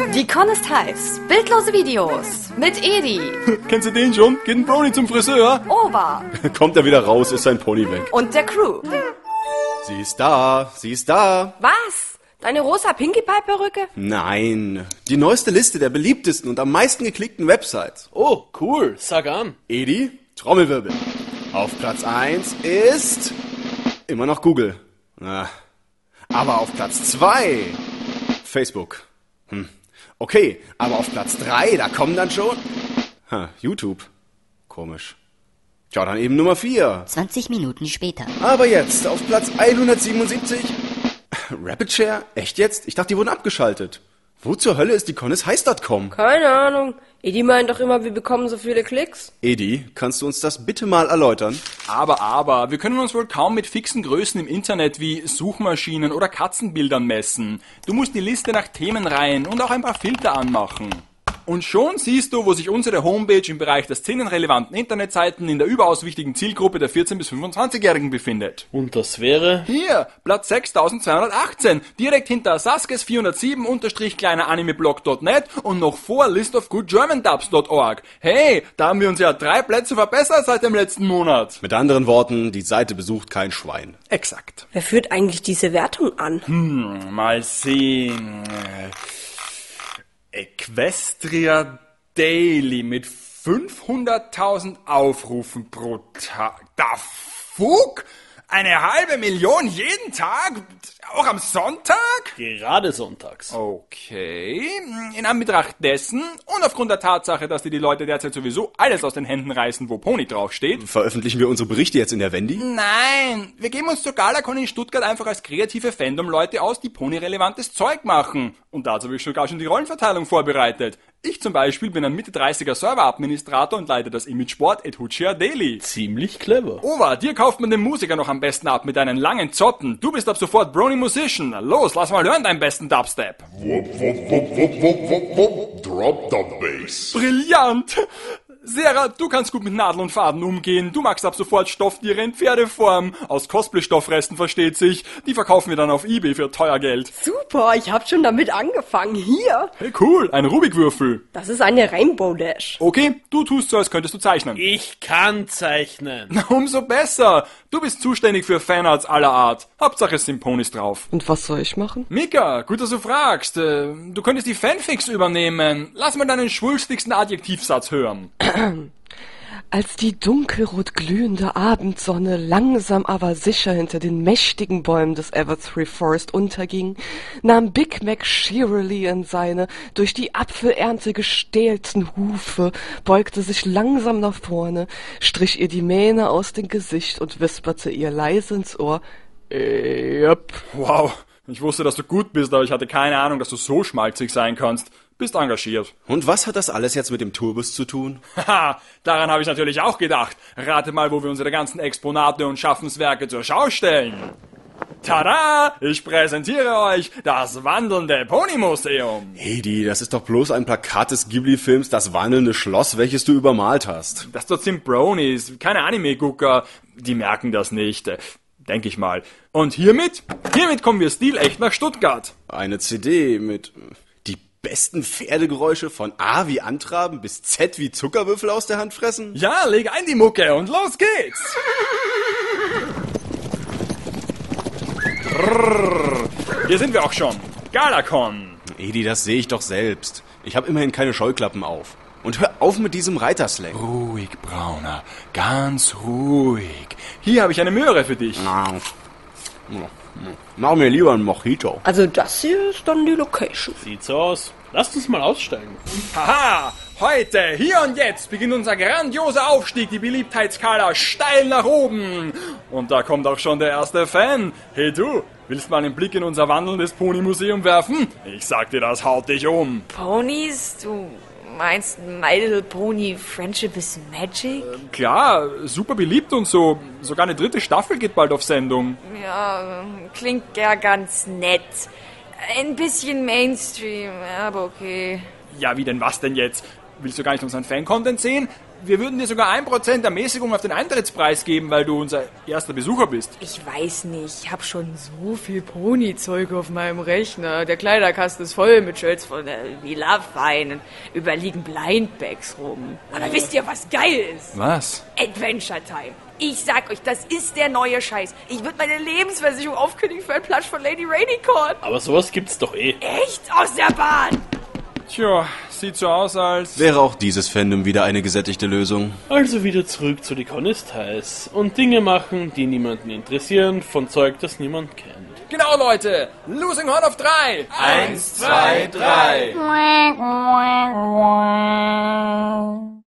Die Con ist heiß. Bildlose Videos mit Edi. Kennst du den schon? Geht ein Brony zum Friseur? Ober. Kommt er wieder raus, ist sein Pony weg. Und der Crew. Sie ist da. Was? Deine rosa Pinkie Pie Perücke? Nein, die neueste Liste der beliebtesten und am meisten geklickten Websites. Oh, cool. Sag an. Edi, Trommelwirbel. Auf Platz 1 ist immer noch Google. Aber auf Platz 2 Facebook. Okay, aber auf Platz 3, da kommen dann schon YouTube. Komisch. Tja, dann eben Nummer 4. 20 Minuten später. Aber jetzt auf Platz 177. RapidShare? Echt jetzt? Ich dachte, die wurden abgeschaltet. Wo zur Hölle ist die ConIsHeiß.com? Keine Ahnung. Edi meint doch immer, wir bekommen so viele Klicks. Edi, kannst du uns das bitte mal erläutern? Aber, wir können uns wohl kaum mit fixen Größen im Internet wie Suchmaschinen oder Katzenbildern messen. Du musst die Liste nach Themenreihen und auch ein paar Filter anmachen. Und schon siehst du, wo sich unsere Homepage im Bereich der szenenrelevanten Internetseiten in der überaus wichtigen Zielgruppe der 14- bis 25-Jährigen befindet. Und das wäre? Hier, Platz 6218, direkt hinter Saskes 407-kleiner-animeblog.net und noch vor listofgoodgermandubs.org. Hey, da haben wir uns ja 3 Plätze verbessert seit dem letzten Monat. Mit anderen Worten, die Seite besucht kein Schwein. Exakt. Wer führt eigentlich diese Wertung an? Mal sehen. Equestria Daily mit 500.000 Aufrufen pro Tag. Da Fug? 500.000 jeden Tag? Auch am Sonntag? Gerade sonntags. Okay. In Anbetracht dessen und aufgrund der Tatsache, dass die Leute derzeit sowieso alles aus den Händen reißen, wo Pony draufsteht. Veröffentlichen wir unsere Berichte jetzt in der Wendy? Nein, wir geben uns zur GalaCon in Stuttgart einfach als kreative Fandom-Leute aus, die Pony-relevantes Zeug machen. Und dazu habe ich sogar schon die Rollenverteilung vorbereitet. Ich zum Beispiel bin ein Mitte-30er Server-Administrator und leite das Imageboard @Huchia Daily. Ziemlich clever. Ober, dir kauft man den Musiker noch am besten ab mit deinen langen Zotten. Du bist ab sofort Brony Musician. Los, lass mal hören deinen besten Dubstep. Drop the bass. Brillant! Sarah, du kannst gut mit Nadeln und Faden umgehen. Du magst ab sofort Stofftiere in Pferdeform. Aus Cosplay-Stoffresten versteht sich. Die verkaufen wir dann auf eBay für teuer Geld. Super, ich hab schon damit angefangen. Hier. Hey cool, ein Rubikwürfel. Das ist eine Rainbow Dash. Okay, du tust so, als könntest du zeichnen. Ich kann zeichnen. Na, umso besser. Du bist zuständig für Fanarts aller Art. Hauptsache es sind Ponys drauf. Und was soll ich machen? Mika, gut, dass du fragst. Du könntest die Fanfics übernehmen. Lass mal deinen schwulstigsten Adjektivsatz hören. Als die dunkelrot glühende Abendsonne langsam aber sicher hinter den mächtigen Bäumen des Evertree Forest unterging, nahm Big Mac Cheerily in seine durch die Apfelernte gestählten Hufe, beugte sich langsam nach vorne, strich ihr die Mähne aus dem Gesicht und wisperte ihr leise ins Ohr, Yep. Wow, ich wusste, dass du gut bist, aber ich hatte keine Ahnung, dass du so schmalzig sein kannst. Bist engagiert. Und was hat das alles jetzt mit dem Tourbus zu tun? Haha, daran habe ich natürlich auch gedacht. Rate mal, wo wir unsere ganzen Exponate und Schaffenswerke zur Schau stellen. Tada! Ich präsentiere euch das wandelnde Ponymuseum. Edi, das ist doch bloß ein Plakat des Ghibli-Films Das wandelnde Schloss, welches du übermalt hast. Das dort sind Bronies, keine Anime-Gucker. Die merken das nicht. Denke ich mal. Und hiermit kommen wir stilecht nach Stuttgart. Eine CD mit die besten Pferdegeräusche von A wie Antraben bis Z wie Zuckerwürfel aus der Hand fressen? Ja, leg ein die Mucke und los geht's. Hier sind wir auch schon. GalaCon. Edi, das sehe ich doch selbst. Ich habe immerhin keine Scheuklappen auf. Und hör auf mit diesem Reiterslang. Ruhig, Brauner. Ganz ruhig. Hier habe ich eine Möhre für dich. Mach mir lieber einen Mojito. Also das hier ist dann die Location. Sieht so aus. Lasst uns mal aussteigen. Haha! Heute, hier und jetzt beginnt unser grandioser Aufstieg, die Beliebtheitsskala steil nach oben. Und da kommt auch schon der erste Fan. Hey du, willst mal einen Blick in unser wandelndes Ponymuseum werfen? Ich sag dir, das haut dich um. Ponys? Du meinst My Little Pony Friendship is Magic? Klar, super beliebt und so. Sogar eine 3. Staffel geht bald auf Sendung. Ja, klingt ja ganz nett. Ein bisschen Mainstream, aber okay. Ja, wie denn was denn jetzt? Willst du gar nicht unseren Fan-Content sehen? Wir würden dir sogar 1% Ermäßigung auf den Eintrittspreis geben, weil du unser erster Besucher bist. Ich weiß nicht, ich hab schon so viel Pony-Zeug auf meinem Rechner. Der Kleiderkasten ist voll mit Shirts von Villa-Fein. Überliegen Blindbags rum. Aber wisst ihr, was geil ist? Was? Adventure Time. Ich sag euch, das ist der neue Scheiß. Ich würde meine Lebensversicherung aufkündigen für einen Plunge von Lady Rainicorn. Aber sowas gibt's doch eh. Echt? Aus der Bahn! Tja, sieht so aus, als... Wäre auch dieses Fandom wieder eine gesättigte Lösung? Also wieder zurück zu die Con ist heiß. Und Dinge machen, die niemanden interessieren, von Zeug, das niemand kennt. Genau, Leute! Losing Horn auf 3! 1, 2, 3!